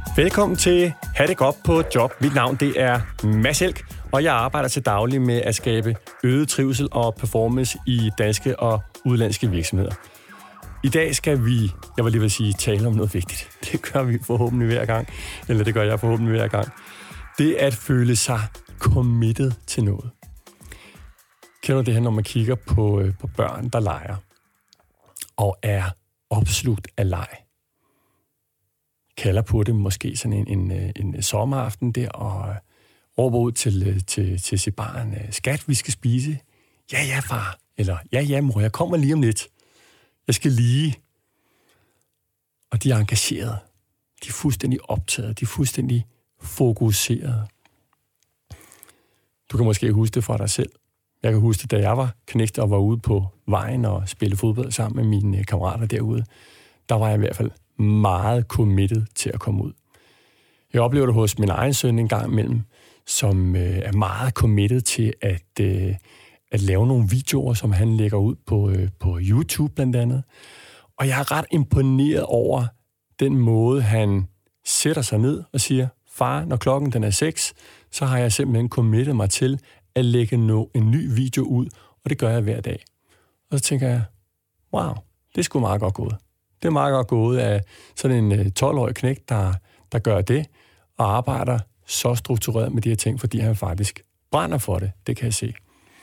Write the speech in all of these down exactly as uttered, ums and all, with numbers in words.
Velkommen til Ha' det godt på job. Mit navn det er Mads Elk, og jeg arbejder til daglig med at skabe øget trivsel og performance i danske og udenlandske virksomheder. I dag skal vi, jeg vil lige vil sige, tale om noget vigtigt. Det gør vi forhåbentlig hver gang, eller det gør jeg forhåbentlig hver gang. Det er at føle sig committed til noget. Kender du det her, når man kigger på, på børn, der leger og er opslugt af leg? Kalder på det måske sådan en, en, en sommeraften der, og råber ud til, til, til sit barn, skat, vi skal spise. Ja, ja, far. Eller, ja, ja, mor, jeg kommer lige om lidt. Jeg skal lige. Og de er engagerede. De er fuldstændig optaget. De er fuldstændig fokuserede. Du kan måske huske det fra dig selv. Jeg kan huske det, da jeg var knægt og var ude på vejen og spille fodbold sammen med mine kammerater derude. Der var jeg i hvert fald meget committed til at komme ud. Jeg oplever det hos min egen søn en gang imellem, som øh, er meget committed til at, øh, at lave nogle videoer, som han lægger ud på, øh, på YouTube blandt andet. Og jeg er ret imponeret over den måde, han sætter sig ned og siger, far, når klokken den er seks, så har jeg simpelthen committet mig til at lægge no, en ny video ud, og det gør jeg hver dag. Og så tænker jeg, wow, det er sgu meget godt gået. Det er meget godt gået af sådan en tolv-årig knægt, der, der gør det, og arbejder så struktureret med de her ting, fordi han faktisk brænder for det. Det kan jeg se.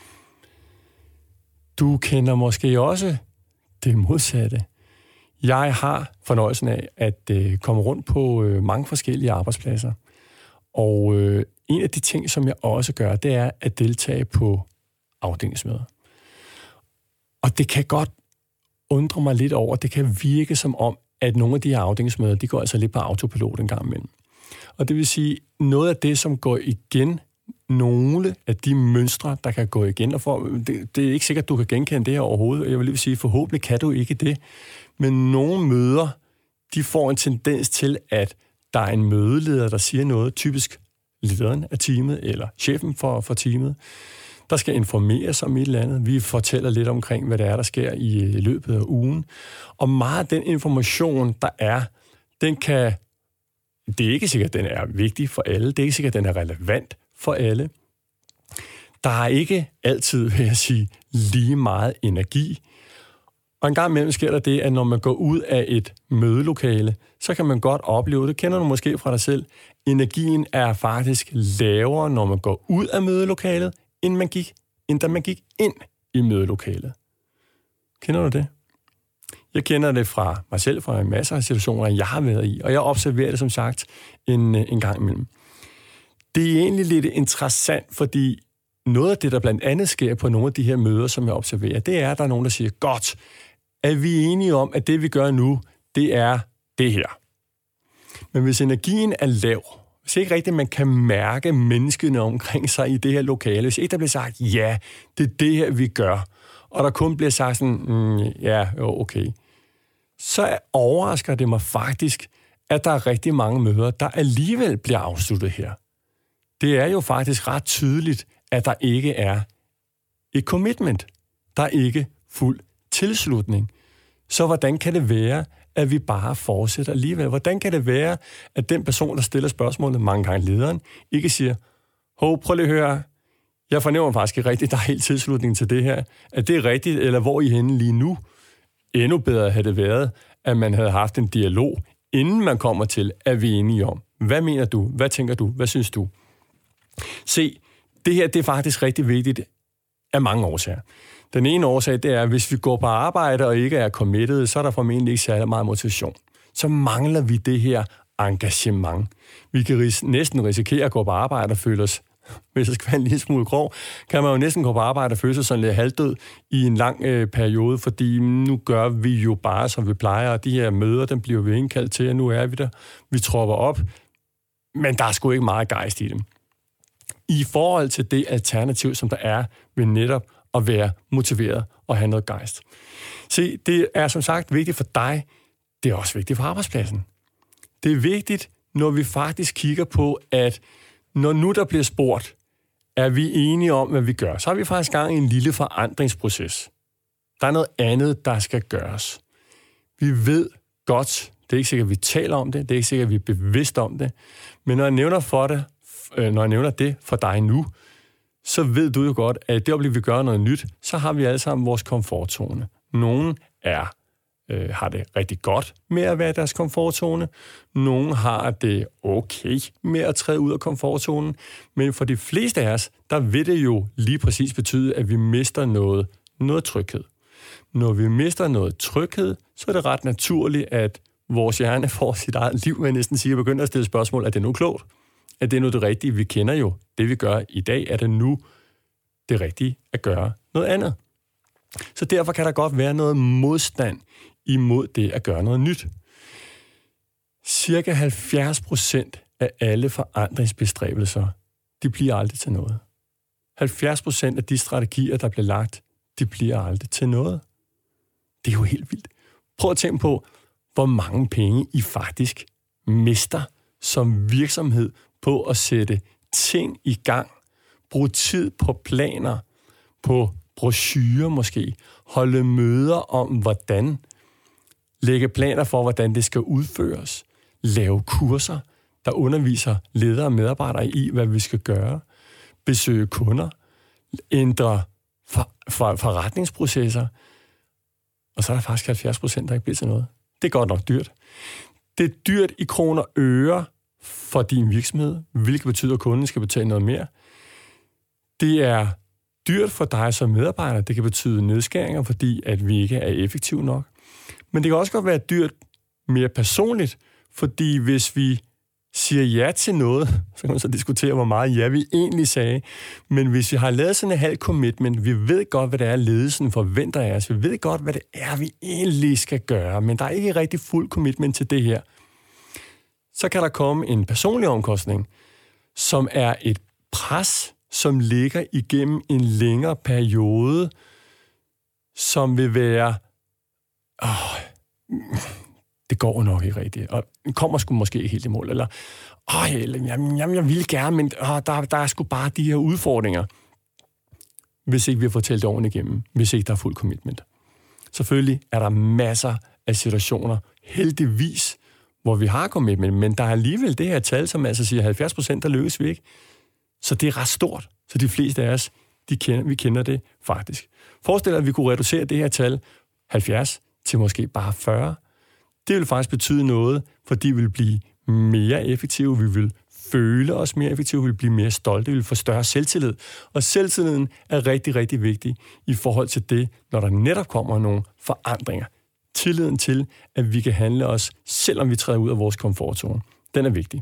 Du kender måske også det modsatte. Jeg har fornøjelsen af at øh, komme rundt på øh, mange forskellige arbejdspladser. Og øh, en af de ting, som jeg også gør, det er at deltage på afdelingsmøder. Og det kan godt undre mig lidt over, det kan virke som om, at nogle af de her afdelingsmøder, de går altså lidt på autopilot en gang imellem. Og det vil sige, noget af det, som går igen, nogle af de mønstre, der kan gå igen, og for, det, det er ikke sikkert, at du kan genkende det her overhovedet. Jeg vil lige sige, forhåbentlig kan du ikke det. Men nogle møder, de får en tendens til, at der er en mødeleder, der siger noget, typisk lederen af teamet, eller chefen for, for teamet, der skal informeres om et eller andet. Vi fortæller lidt omkring, hvad det er, der sker i løbet af ugen. Og meget af den information, der er, den kan... Det er ikke sikkert, at den er vigtig for alle. Det er ikke sikkert, at den er relevant for alle. Der er ikke altid, vil jeg sige, lige meget energi. Og en gang imellem sker der det, at når man går ud af et mødelokale, så kan man godt opleve, det kender du måske fra dig selv, energien er faktisk lavere, når man går ud af mødelokalet, end, man gik, end da man gik ind i mødelokalet. Kender du det? Jeg kender det fra mig selv, fra en masse af situationer, jeg har været i, og jeg observerer det som sagt en, en gang imellem. Det er egentlig lidt interessant, fordi noget af det, der blandt andet sker på nogle af de her møder, som jeg observerer, det er, at der er nogen, der siger, godt, er vi enige om, at det, vi gør nu, det er det her. Men hvis energien er lav, hvis ikke rigtigt man kan mærke menneskene omkring sig i det her lokale, hvis ikke der bliver sagt, ja, det er det her, vi gør, og der kun bliver sagt sådan, mm, ja, jo, okay, så overrasker det mig faktisk, at der er rigtig mange møder, der alligevel bliver afsluttet her. Det er jo faktisk ret tydeligt, at der ikke er et commitment. Der er ikke fuld tilslutning. Så hvordan kan det være, at vi bare fortsætter alligevel? Hvordan kan det være, at den person, der stiller spørgsmålet, mange gange lederen, ikke siger, hov, prøv lige at høre, jeg fornemmer faktisk ikke rigtigt, der er helt tilslutning til det her. At det er rigtigt, eller hvor I henne lige nu? Endnu bedre havde det været, at man havde haft en dialog, inden man kommer til, at vi er enige om. Hvad mener du? Hvad tænker du? Hvad synes du? Se, det her det er faktisk rigtig vigtigt af mange årsager. Den ene årsag, det er, at hvis vi går på arbejde og ikke er committed, så er der formentlig ikke særlig meget motivation. Så mangler vi det her engagement. Vi kan ris- næsten risikere at gå på arbejde og føle os, hvis det skal være en lille smule grov, kan man jo næsten gå på arbejde og føle sig sådan lidt halvdød i en lang øh, periode, fordi nu gør vi jo bare, som vi plejer, og de her møder, dem bliver vi indkaldt til, og nu er vi der. Vi tropper op, men der er sgu ikke meget gejst i dem. I forhold til det alternativ, som der er ved netop at være motiveret og have noget gejst. Se, det er som sagt vigtigt for dig, det er også vigtigt for arbejdspladsen. Det er vigtigt, når vi faktisk kigger på, at når nu der bliver spurgt, er vi enige om, hvad vi gør, så har vi faktisk gang i en lille forandringsproces. Der er noget andet, der skal gøres. Vi ved godt, Det er ikke sikkert, at vi taler om det. Det er ikke sikkert, at vi er bevidst om det. Men når jeg nævner, for det, øh, når jeg nævner det for dig nu, så ved du jo godt, at det øjeblik, vi gør noget nyt, så har vi alle sammen vores komfortzone. Nogen er, øh, har det rigtig godt med at være i deres komfortzone. Nogen har det okay med at træde ud af komfortzonen. Men for de fleste af os, der vil det jo lige præcis betyde, at vi mister noget, noget tryghed. Når vi mister noget tryghed, så er det ret naturligt, at vores hjerne får sit eget liv, vil jeg næsten sige, og begynder at stille spørgsmål, er det nu klogt? Er det nu det rigtige? Vi kender jo det, vi gør i dag. Er det nu det rigtige at gøre noget andet? Så derfor kan der godt være noget modstand imod det at gøre noget nyt. Cirka halvfjerds procent af alle forandringsbestræbelser, de bliver aldrig til noget. halvfjerds procent af de strategier, der bliver lagt, de bliver aldrig til noget. Det er jo helt vildt. Prøv at tænke på, hvor mange penge I faktisk mister som virksomhed på at sætte ting i gang. Brug tid på planer, på brochurer måske. Holde møder om, hvordan. Lægge planer for, hvordan det skal udføres. Lave kurser, der underviser ledere og medarbejdere i, hvad vi skal gøre. Besøge kunder. Ændre for, for, forretningsprocesser. Og så er der faktisk halvfjerds procent, der ikke bliver til noget. Det er godt nok dyrt. Det er dyrt i kroner og øre for din virksomhed, hvilket betyder, at kunden skal betale noget mere. Det er dyrt for dig som medarbejder. Det kan betyde nedskæringer, fordi at vi ikke er effektive nok. Men det kan også godt være dyrt mere personligt, fordi hvis vi siger ja til noget, så kan man så diskutere, hvor meget ja vi egentlig sagde. Men hvis vi har lavet sådan en halv commitment, vi ved godt, hvad det er, ledelsen forventer af os. Vi ved godt, hvad det er, vi egentlig skal gøre, men der er ikke rigtig fuld commitment til det her. Så kan der komme en personlig omkostning, som er et pres, som ligger igennem en længere periode, som vil være, åh, det går nok ikke rigtigt, og kommer sgu måske ikke helt i mål, eller, åh, jamen, jamen, jeg vil gerne, men åh, der, der er sgu bare de her udfordringer, hvis ikke vi har fået talt det ordentligt igennem, hvis ikke der er fuld commitment. Selvfølgelig er der masser af situationer, heldigvis, hvor vi har commitment, men der er alligevel det her tal, som altså siger halvfjerds procent, der lykkes vi ikke. Så det er ret stort. Så de fleste af os, de kender, vi kender det faktisk. Forestil dig, at vi kunne reducere det her tal halvfjerds til måske bare fyrre. Det vil faktisk betyde noget, fordi vi vil blive mere effektive, vi vil føle os mere effektive, vi vil blive mere stolte, vi vil få større selvtillid. Og selvtilliden er rigtig, rigtig vigtig i forhold til det, når der netop kommer nogle forandringer. Tilliden til, at vi kan handle os, selvom vi træder ud af vores komfortzone. Den er vigtig.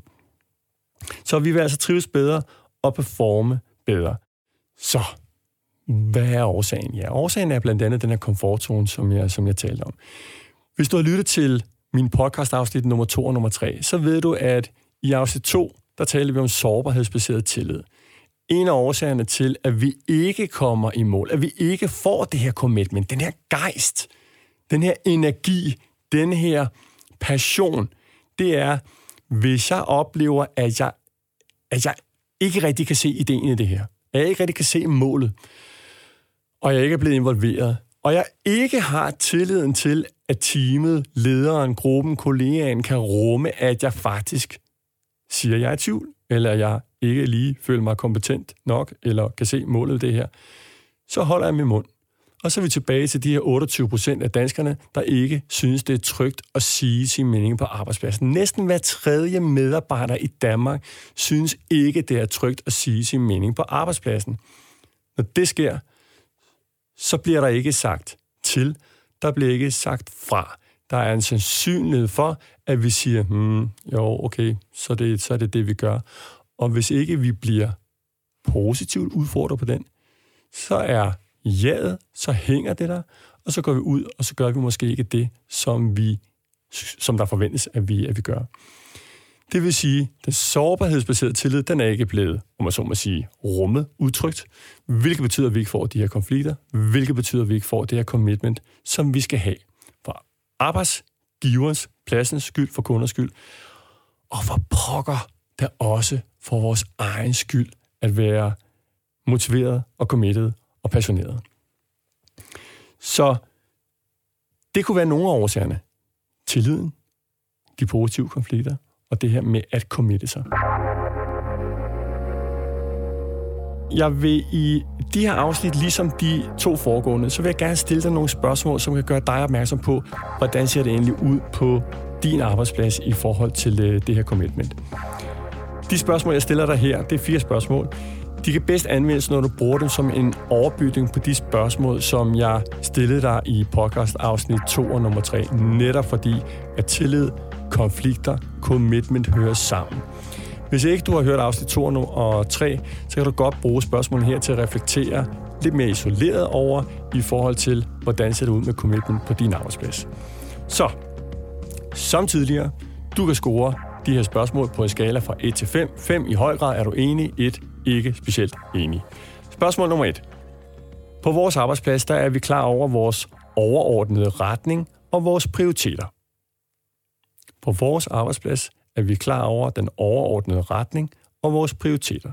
Så vi vil altså trives bedre og performe bedre. Så, hvad er årsagen? Ja, årsagen er blandt andet den her komfortzone, som jeg, som jeg talte om. Hvis du har lyttet til min podcast-afsnit nummer to og nummer tre, så ved du, at i afsnit to, der taler vi om sårbarhedsbaseret tillid. En af årsagerne til, at vi ikke kommer i mål, at vi ikke får det her commitment, den her gejst, den her energi, den her passion, det er, hvis jeg oplever, at jeg, at jeg ikke rigtig kan se ideen i det her, at jeg ikke rigtig kan se målet, og jeg ikke er blevet involveret, og jeg ikke har tilliden til, at teamet, lederen, gruppen, kollegaen kan rumme, at jeg faktisk siger, at jeg er i tvivl, eller jeg ikke lige føler mig kompetent nok, eller kan se målet i det her, så holder jeg min mund. Og så er vi tilbage til de her otteogtyve procent af danskerne, der ikke synes, det er trygt at sige sin mening på arbejdspladsen. Næsten hver tredje medarbejder i Danmark synes ikke, det er trygt at sige sin mening på arbejdspladsen. Når det sker, så bliver der ikke sagt til, der bliver ikke sagt fra. Der er en sandsynlighed for, at vi siger, hmm, jo, okay, så, det, så er det det, vi gør. Og hvis ikke vi bliver positivt udfordret på den, så er jaet, så hænger det der, og så går vi ud, og så gør vi måske ikke det, som, vi, som der forventes, at vi, at vi gør. Det vil sige, den sårbarhedsbaserede tillid, den er ikke blevet, om man så må sige, rummet, udtrykt, hvilket betyder, at vi ikke får de her konflikter, hvilket betyder, at vi ikke får det her commitment, som vi skal have. For arbejdsgiverens, pladsens skyld, for kunders skyld, og for pokker der også for vores egen skyld at være motiveret og committed og passioneret. Så det kunne være nogle af årsagerne. Tilliden, de positive konflikter, og det her med at committe sig. Jeg vil i de her afsnit, ligesom de to foregående, så vil jeg gerne stille dig nogle spørgsmål, som kan gøre dig opmærksom på, hvordan ser det egentlig ud på din arbejdsplads i forhold til det her commitment. De spørgsmål, jeg stiller dig her, det er fire spørgsmål. De kan bedst anvendes, når du bruger dem som en overbygning på de spørgsmål, som jeg stillede dig i podcast afsnit to og nummer tre. Netop fordi, at tillid, konflikter, commitment hører sammen. Hvis ikke du har hørt afsnit to og tre, så kan du godt bruge spørgsmålene her til at reflektere lidt mere isoleret over i forhold til, hvordan ser det ud med commitment på din arbejdsplads. Så, som tidligere, du kan score de her spørgsmål på en skala fra et til fem. fem i høj grad er du enig, et ikke specielt enig. Spørgsmål nummer et. På vores arbejdsplads, der er vi klar over vores overordnede retning og vores prioriteter. På vores arbejdsplads er vi klar over den overordnede retning og vores prioriteter.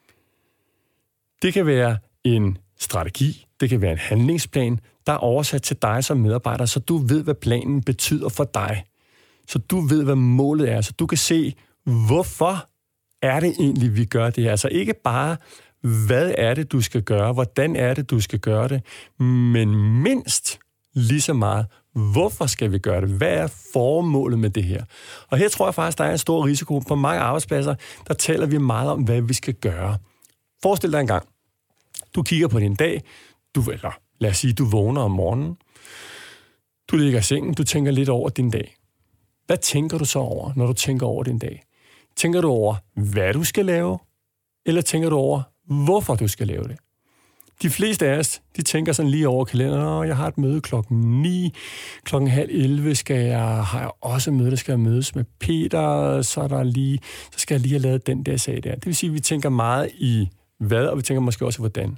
Det kan være en strategi, det kan være en handlingsplan, der er oversat til dig som medarbejder, så du ved, hvad planen betyder for dig. Så du ved, hvad målet er, så du kan se, hvorfor er det egentlig, vi gør det her. Altså ikke bare, hvad er det, du skal gøre, hvordan er det, du skal gøre det, men mindst lige så meget, hvorfor skal vi gøre det? Hvad er formålet med det her? Og her tror jeg faktisk, der er en stor risiko. På mange arbejdspladser, der taler vi meget om, hvad vi skal gøre. Forestil dig en gang, du kigger på din dag, du, eller lad os sige, du vågner om morgenen, du ligger i sengen, du tænker lidt over din dag. Hvad tænker du så over, når du tænker over din dag? Tænker du over, hvad du skal lave, eller tænker du over, hvorfor du skal lave det? De fleste af os, de tænker sådan lige over kalenderen, åh, jeg har et møde klokken ni, klokken halv elleve skal jeg, har jeg også møde, der skal jeg mødes med Peter, så, er der lige, så skal jeg lige have lavet den der sag der. Det vil sige, at vi tænker meget i hvad, og vi tænker måske også i hvordan.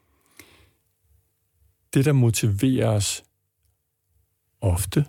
Det, der motiverer os ofte,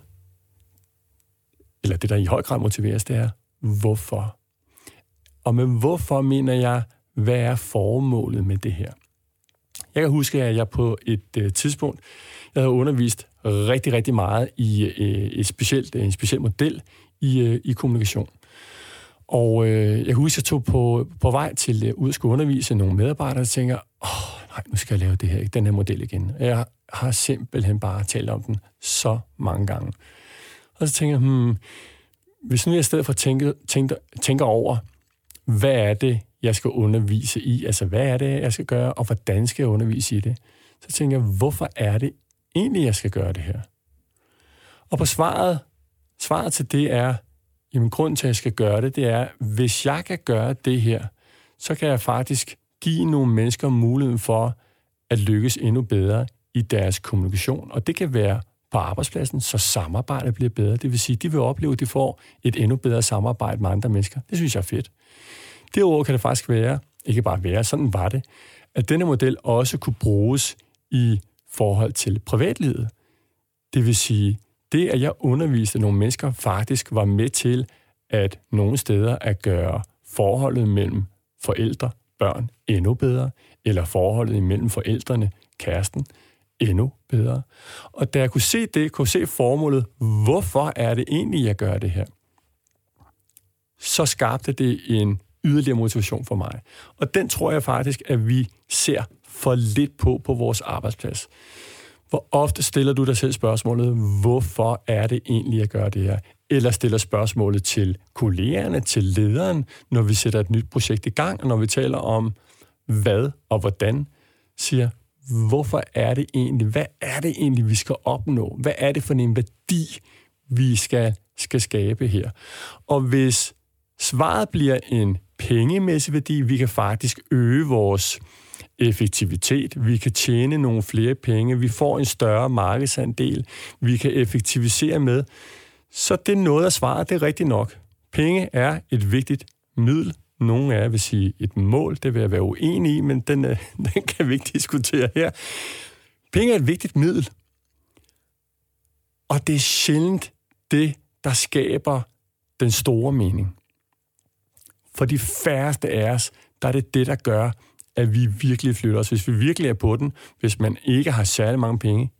eller det, der i høj grad motiverer os, det er, hvorfor? Og med hvorfor mener jeg, hvad er formålet med det her? Jeg kan huske, at jeg på et øh, tidspunkt, jeg havde undervist rigtig, rigtig meget i øh, et specielt, en speciel model i, øh, i kommunikation. Og øh, jeg kan huske, at jeg tog på, på vej til øh, ud at skulle undervise nogle medarbejdere, og tænker, åh, nej, nu skal jeg lave det her, den her model igen. Jeg har simpelthen bare talt om den så mange gange. Og så tænker jeg, hmm, hvis nu jeg i stedet for tænker, tænker, tænker over, hvad er det, jeg skal undervise i, altså hvad er det, jeg skal gøre, og hvordan skal jeg undervise i det, så tænker jeg, hvorfor er det egentlig, jeg skal gøre det her? Og på svaret, svaret til det er, jamen grunden til, at jeg skal gøre det, det er, hvis jeg kan gøre det her, så kan jeg faktisk give nogle mennesker muligheden for at lykkes endnu bedre i deres kommunikation. Og det kan være på arbejdspladsen, så samarbejdet bliver bedre. Det vil sige, de vil opleve, at de får et endnu bedre samarbejde med andre mennesker. Det synes jeg er fedt. Derudover kan det faktisk være, ikke bare være, sådan var det, at denne model også kunne bruges i forhold til privatlivet. Det vil sige, det at jeg underviste nogle mennesker faktisk var med til, at nogle steder at gøre forholdet mellem forældre, børn endnu bedre, eller forholdet mellem forældrene, kæresten, endnu bedre. Og da jeg kunne se det, kunne se formålet, hvorfor er det egentlig, jeg gør det her, så skabte det en yderligere motivation for mig. Og den tror jeg faktisk, at vi ser for lidt på på vores arbejdsplads. Hvor ofte stiller du dig selv spørgsmålet, hvorfor er det egentlig, jeg gør det her? Eller stiller spørgsmålet til kollegerne, til lederen, når vi sætter et nyt projekt i gang, og når vi taler om hvad og hvordan, siger, hvorfor er det egentlig, hvad er det egentlig, vi skal opnå? Hvad er det for en værdi, vi skal, skal skabe her? Og hvis svaret bliver en pengemæssig værdi, vi kan faktisk øge vores effektivitet, vi kan tjene nogle flere penge, vi får en større markedsandel, vi kan effektivisere med, så det er noget af svaret, det er rigtigt nok. Penge er et vigtigt middel. Nogle af jer vil sige et mål, det vil jeg være uenig i, men den, den kan vi ikke diskutere her. Penge er et vigtigt middel, og det er sjældent det, der skaber den store mening. For de færreste af os, der er det det, der gør, at vi virkelig flytter os. Hvis vi virkelig er på den, hvis man ikke har særlig mange penge, ja,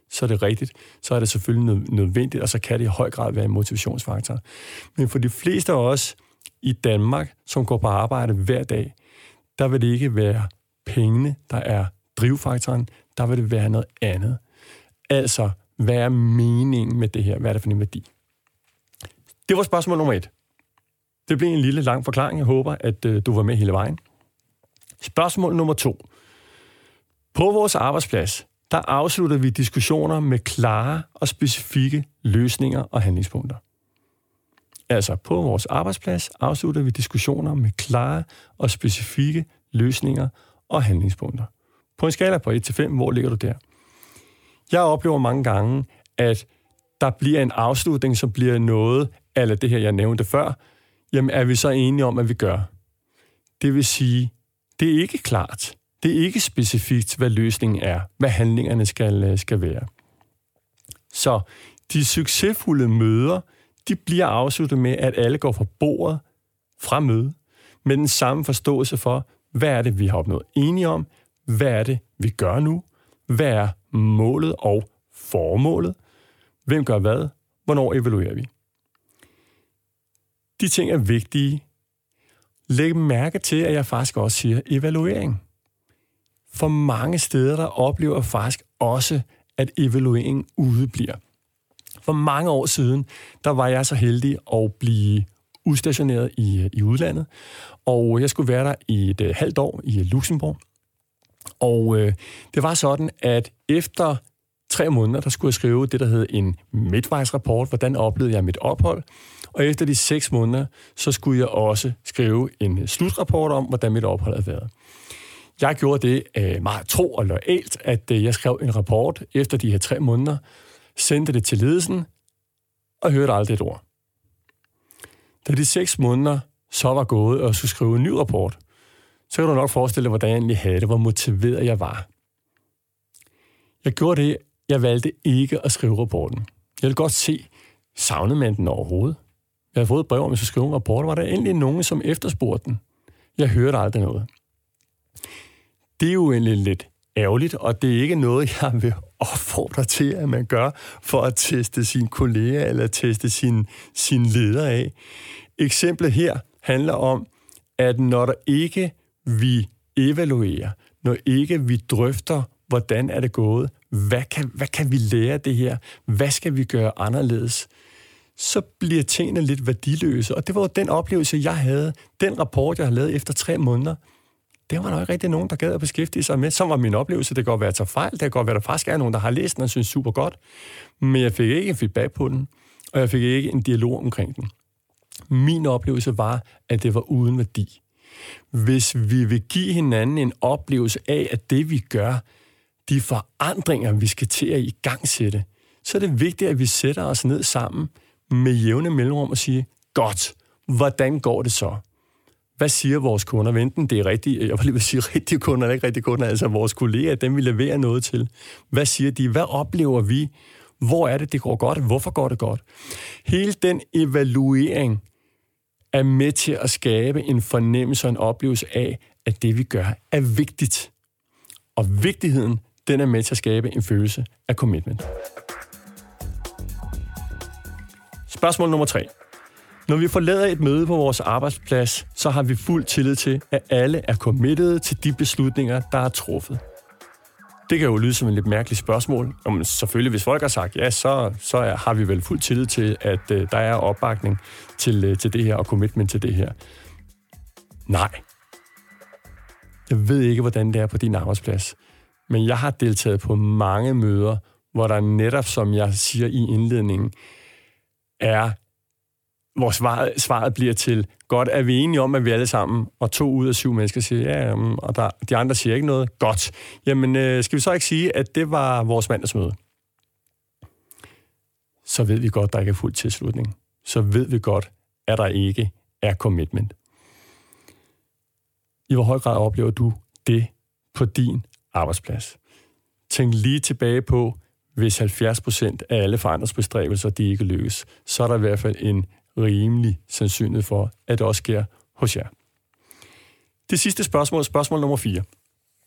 så er det rigtigt, så er det selvfølgelig nødvendigt, og så kan det i høj grad være en motivationsfaktor. Men for de fleste af os i Danmark, som går på arbejde hver dag, der vil det ikke være pengene, der er drivfaktoren, der vil det være noget andet. Altså, hvad er meningen med det her? Hvad er det for en værdi? Det var spørgsmål nummer et. Det blev en lille lang forklaring. Jeg håber, at øh, du var med hele vejen. Spørgsmål nummer to. På vores arbejdsplads, der afslutter vi diskussioner med klare og specifikke løsninger og handlingspunkter. Altså, på vores arbejdsplads afslutter vi diskussioner med klare og specifikke løsninger og handlingspunkter. På en skala på et til fem, hvor ligger du der? Jeg oplever mange gange, at der bliver en afslutning, som bliver noget, eller det her, jeg nævnte før, jamen er vi så enige om, at vi gør? Det vil sige, det er ikke klart. Det er ikke specifikt, hvad løsningen er, hvad handlingerne skal, skal være. Så de succesfulde møder, de bliver afsluttet med, at alle går fra bordet fra møde, med den samme forståelse for, hvad er det, vi har opnået enige om, hvad er det, vi gør nu, hvad er målet og formålet, hvem gør hvad, hvornår evaluerer vi. De ting er vigtige. Læg mærke til, at jeg faktisk også siger evaluering. For mange steder, der oplever jeg faktisk også, at evalueringen udebliver. For mange år siden, der var jeg så heldig at blive udstationeret i, i udlandet, og jeg skulle være der i et halvt år i Luxembourg. Og øh, det var sådan, at efter tre måneder, der skulle jeg skrive det, der hed en midtvejsrapport, hvordan oplevede jeg mit ophold. Og efter de seks måneder, så skulle jeg også skrive en slutrapport om, hvordan mit ophold havde været. Jeg gjorde det øh, meget tro og loyalt, at øh, jeg skrev en rapport efter de her tre måneder, sendte det til ledelsen og hørte aldrig et ord. Da de seks måneder så var gået og skulle skrive en ny rapport, så kan du nok forestille dig, hvordan jeg egentlig havde det, hvor motiveret jeg var. Jeg gjorde det, jeg valgte ikke at skrive rapporten. Jeg ville godt se, savnede man den overhovedet? Jeg havde fået et brev om, at jeg skulle skrive en rapport. Var der endelig nogen, som efterspurgte den? Jeg hørte aldrig noget. Det er jo egentlig lidt ærgerligt, og det er ikke noget, jeg vil opfordre til, at man gør for at teste sine kolleger eller teste sin, sin leder af. Eksemplet her handler om, at når der ikke vi evaluerer, når ikke vi drøfter, hvordan er det gået, hvad kan, hvad kan vi lære af det her, hvad skal vi gøre anderledes, så bliver tingene lidt værdiløse. Og det var jo den oplevelse, jeg havde, den rapport, jeg har lavet efter tre måneder, det var der ikke rigtig nogen, der gad at beskæftige sig med. Så var min oplevelse, det kan godt være, at jeg tager fejl, det kan godt være, at der faktisk er nogen, der har læst den og synes super godt, men jeg fik ikke en feedback på den, og jeg fik ikke en dialog omkring den. Min oplevelse var, at det var uden værdi. Hvis vi vil give hinanden en oplevelse af, at det vi gør, de forandringer, vi skal til at igangsætte, så er det vigtigt, at vi sætter os ned sammen med jævne mellemrum og siger, godt, hvordan går det så? Hvad siger vores kunder? Enten det er rigtige, jeg vil lige sige rigtige kunder, eller ikke rigtige kunder, altså vores kolleger, dem vi leverer noget til. Hvad siger de? Hvad oplever vi? Hvor er det, det går godt? Hvorfor går det godt? Hele den evaluering er med til at skabe en fornemmelse og en oplevelse af, at det vi gør er vigtigt. Og vigtigheden, den er med til at skabe en følelse af commitment. Spørgsmål nummer tre. Når vi forlader et møde på vores arbejdsplads, så har vi fuld tillid til, at alle er committed til de beslutninger, der er truffet. Det kan jo lyde som et lidt mærkeligt spørgsmål. Men selvfølgelig, hvis folk har sagt ja, så, så er, har vi vel fuld tillid til, at uh, der er opbakning til, uh, til det her og commitment til det her. Nej. Jeg ved ikke, hvordan det er på din arbejdsplads. Men jeg har deltaget på mange møder, hvor der netop, som jeg siger i indledningen, er, hvor svaret, svaret bliver til, godt, er vi enige om, at vi alle sammen, og to ud af syv mennesker siger, ja, og der, de andre siger ikke noget, godt. Jamen, øh, skal vi så ikke sige, at det var vores mandagsmøde? Så ved vi godt, der ikke er fuld tilslutning. Så ved vi godt, at der ikke er commitment. I hvor høj grad oplever du det på din arbejdsplads? Tænk lige tilbage på, hvis halvfjerds procent af alle forandringsbestræbelser, de ikke lykkes, så er der i hvert fald en rimelig sandsynlighed for, at det også sker hos jer. Det sidste spørgsmål, spørgsmål nummer fire.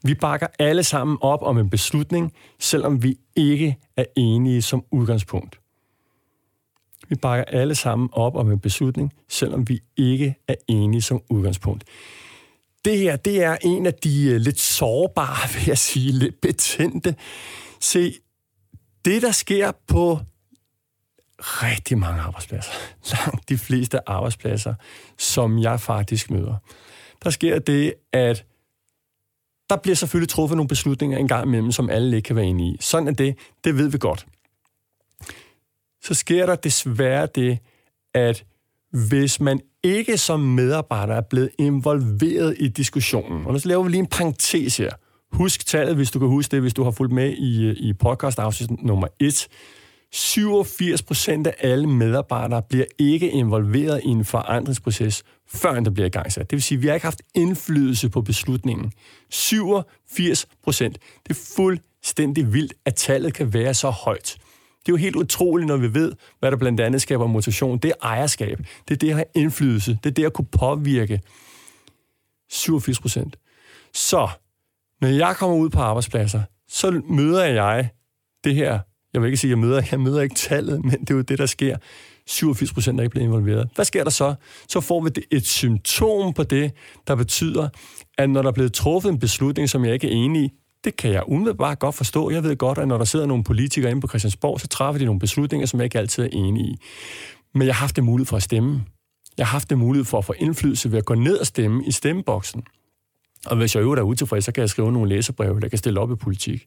Vi bakker alle sammen op om en beslutning, selvom vi ikke er enige som udgangspunkt. Vi bakker alle sammen op om en beslutning, selvom vi ikke er enige som udgangspunkt. Det her, det er en af de lidt sårbare, vil jeg sige, lidt betændte. Se, det der sker på rigtig mange arbejdspladser, langt de fleste arbejdspladser, som jeg faktisk møder, der sker det, at der bliver selvfølgelig truffet nogle beslutninger en gang imellem, som alle ikke kan være enige i. Sådan er det, det ved vi godt. Så sker der desværre det, at hvis man ikke som medarbejder er blevet involveret i diskussionen, og nu laver vi lige en parentes her. Husk tallet, hvis du kan huske det, hvis du har fulgt med i, i podcast-afsnit nummer et. syvogfirs procent af alle medarbejdere bliver ikke involveret i en forandringsproces, før den bliver igangsat. Det vil sige, at vi har ikke haft indflydelse på beslutningen. syvogfirs procent. Det er fuldstændig vildt, at tallet kan være så højt. Det er jo helt utroligt, når vi ved, hvad der blandt andet skaber motivation. Det er ejerskab. Det er det at have indflydelse. Det er det at kunne påvirke. syvogfirs procent. Så, når jeg kommer ud på arbejdspladser, så møder jeg det her. Jeg vil ikke sige, at jeg møder, jeg møder ikke tallet, men det er jo det, der sker. syvogfirs procent er ikke blevet involveret. Hvad sker der så? Så får vi et symptom på det, der betyder, at når der er blevet truffet en beslutning, som jeg ikke er enig i, det kan jeg umiddelbart godt forstå. Jeg ved godt, at når der sidder nogle politikere inde på Christiansborg, så træffer de nogle beslutninger, som jeg ikke altid er enig i. Men jeg har haft det mulighed for at stemme. Jeg har haft det mulighed for at få indflydelse ved at gå ned og stemme i stemmeboksen. Og hvis jeg øver der utilfreds, så kan jeg skrive nogle læserbreve, der kan stille op i politik.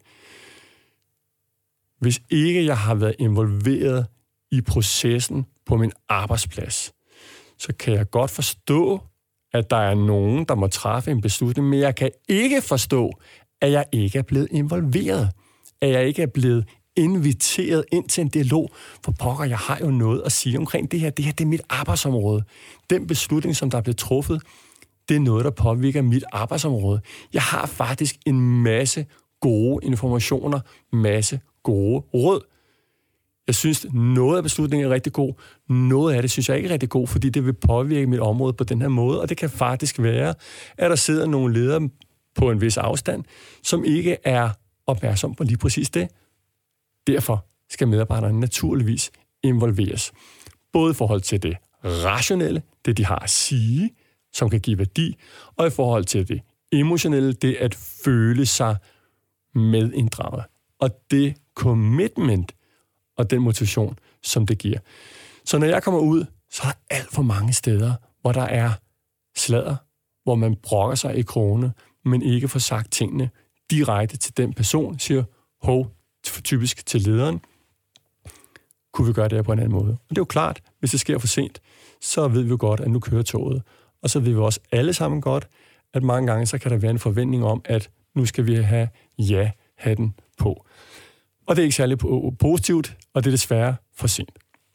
Hvis ikke jeg har været involveret i processen på min arbejdsplads, så kan jeg godt forstå, at der er nogen, der må træffe en beslutning, men jeg kan ikke forstå, at jeg ikke er blevet involveret. At jeg ikke er blevet inviteret ind til en dialog. For pokker, jeg har jo noget at sige omkring det her. Det her, det er mit arbejdsområde. Den beslutning, som der er blevet truffet, det er noget, der påvirker mit arbejdsområde. Jeg har faktisk en masse gode informationer, masse gode råd. Jeg synes, noget af beslutningen er rigtig god. Noget af det synes jeg ikke er rigtig god, fordi det vil påvirke mit område på den her måde. Og det kan faktisk være, at der sidder nogle ledere på en vis afstand, som ikke er opmærksom på lige præcis det. Derfor skal medarbejderne naturligvis involveres. Både i forhold til det rationelle, det de har at sige, som kan give værdi, og i forhold til det emotionelle, det at føle sig medinddraget. Og det commitment og den motivation, som det giver. Så når jeg kommer ud, så er der alt for mange steder, hvor der er sladder, hvor man brokker sig i krone, men ikke får sagt tingene direkte til den person, siger, hov, typisk til lederen, kunne vi gøre det her på en anden måde. Og det er jo klart, hvis det sker for sent, så ved vi jo godt, at nu kører toget. Og så ved vi også alle sammen godt, at mange gange, så kan der være en forventning om, at nu skal vi have ja-hatten på. Og det er ikke særlig positivt, og det er desværre for sent.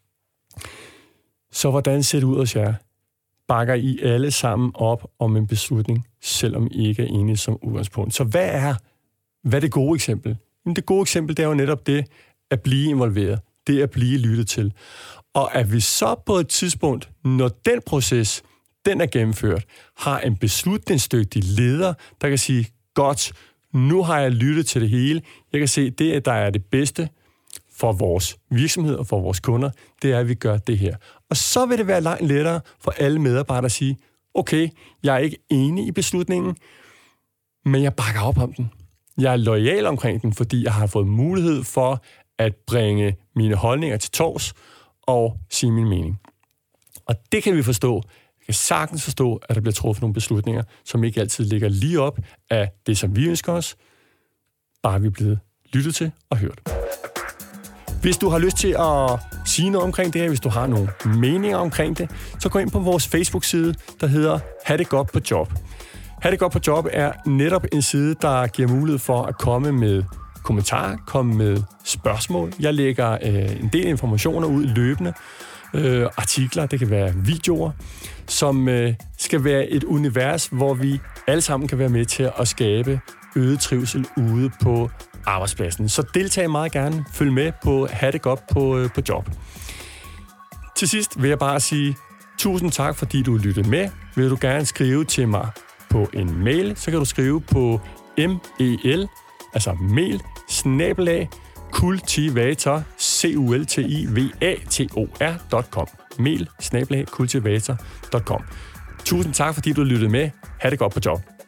Så hvordan ser det ud hos jer? Bakker I alle sammen op om en beslutning, selvom I ikke er enige som udgangspunkt? Så hvad er, hvad er det gode eksempel? Jamen det gode eksempel, det er jo netop det at blive involveret. Det at blive lyttet til. Og at vi så på et tidspunkt, når den proces, den er gennemført, har en beslutningsdygtig leder, der kan sige, godt, nu har jeg lyttet til det hele. Jeg kan se, det, der er det bedste for vores virksomhed og for vores kunder, det er, at vi gør det her. Og så vil det være langt lettere for alle medarbejdere at sige, okay, jeg er ikke enig i beslutningen, men jeg bakker op om den. Jeg er loyal omkring den, fordi jeg har fået mulighed for at bringe mine holdninger til torvs og sige min mening. Og det kan vi forstå. Jeg kan sagtens forstå, at der bliver truffet nogle beslutninger, som ikke altid ligger lige op af det, som vi ønsker os. Bare vi er blevet lyttet til og hørt. Hvis du har lyst til at sige noget omkring det her, hvis du har nogle meninger omkring det, så gå ind på vores Facebook-side, der hedder Ha' det godt på job. Ha' det godt på job er netop en side, der giver mulighed for at komme med kommentarer, komme med spørgsmål. Jeg lægger øh, en del informationer ud løbende, øh, artikler, det kan være videoer, som øh, skal være et univers, hvor vi alle sammen kan være med til at skabe øget trivsel ude på arbejdspladsen. Så deltag meget gerne. Følg med på Ha' det godt på, øh, på job. Til sidst vil jeg bare sige tusind tak, fordi du lyttede med. Vil du gerne skrive til mig på en mail, så kan du skrive på M-E-L, altså mel, snabelag, kultivator, C U L T I V A T O R punktum com. Mel, snabelag, kultivator punktum com. Tusind tak, fordi du lyttede med. Ha' det godt på job.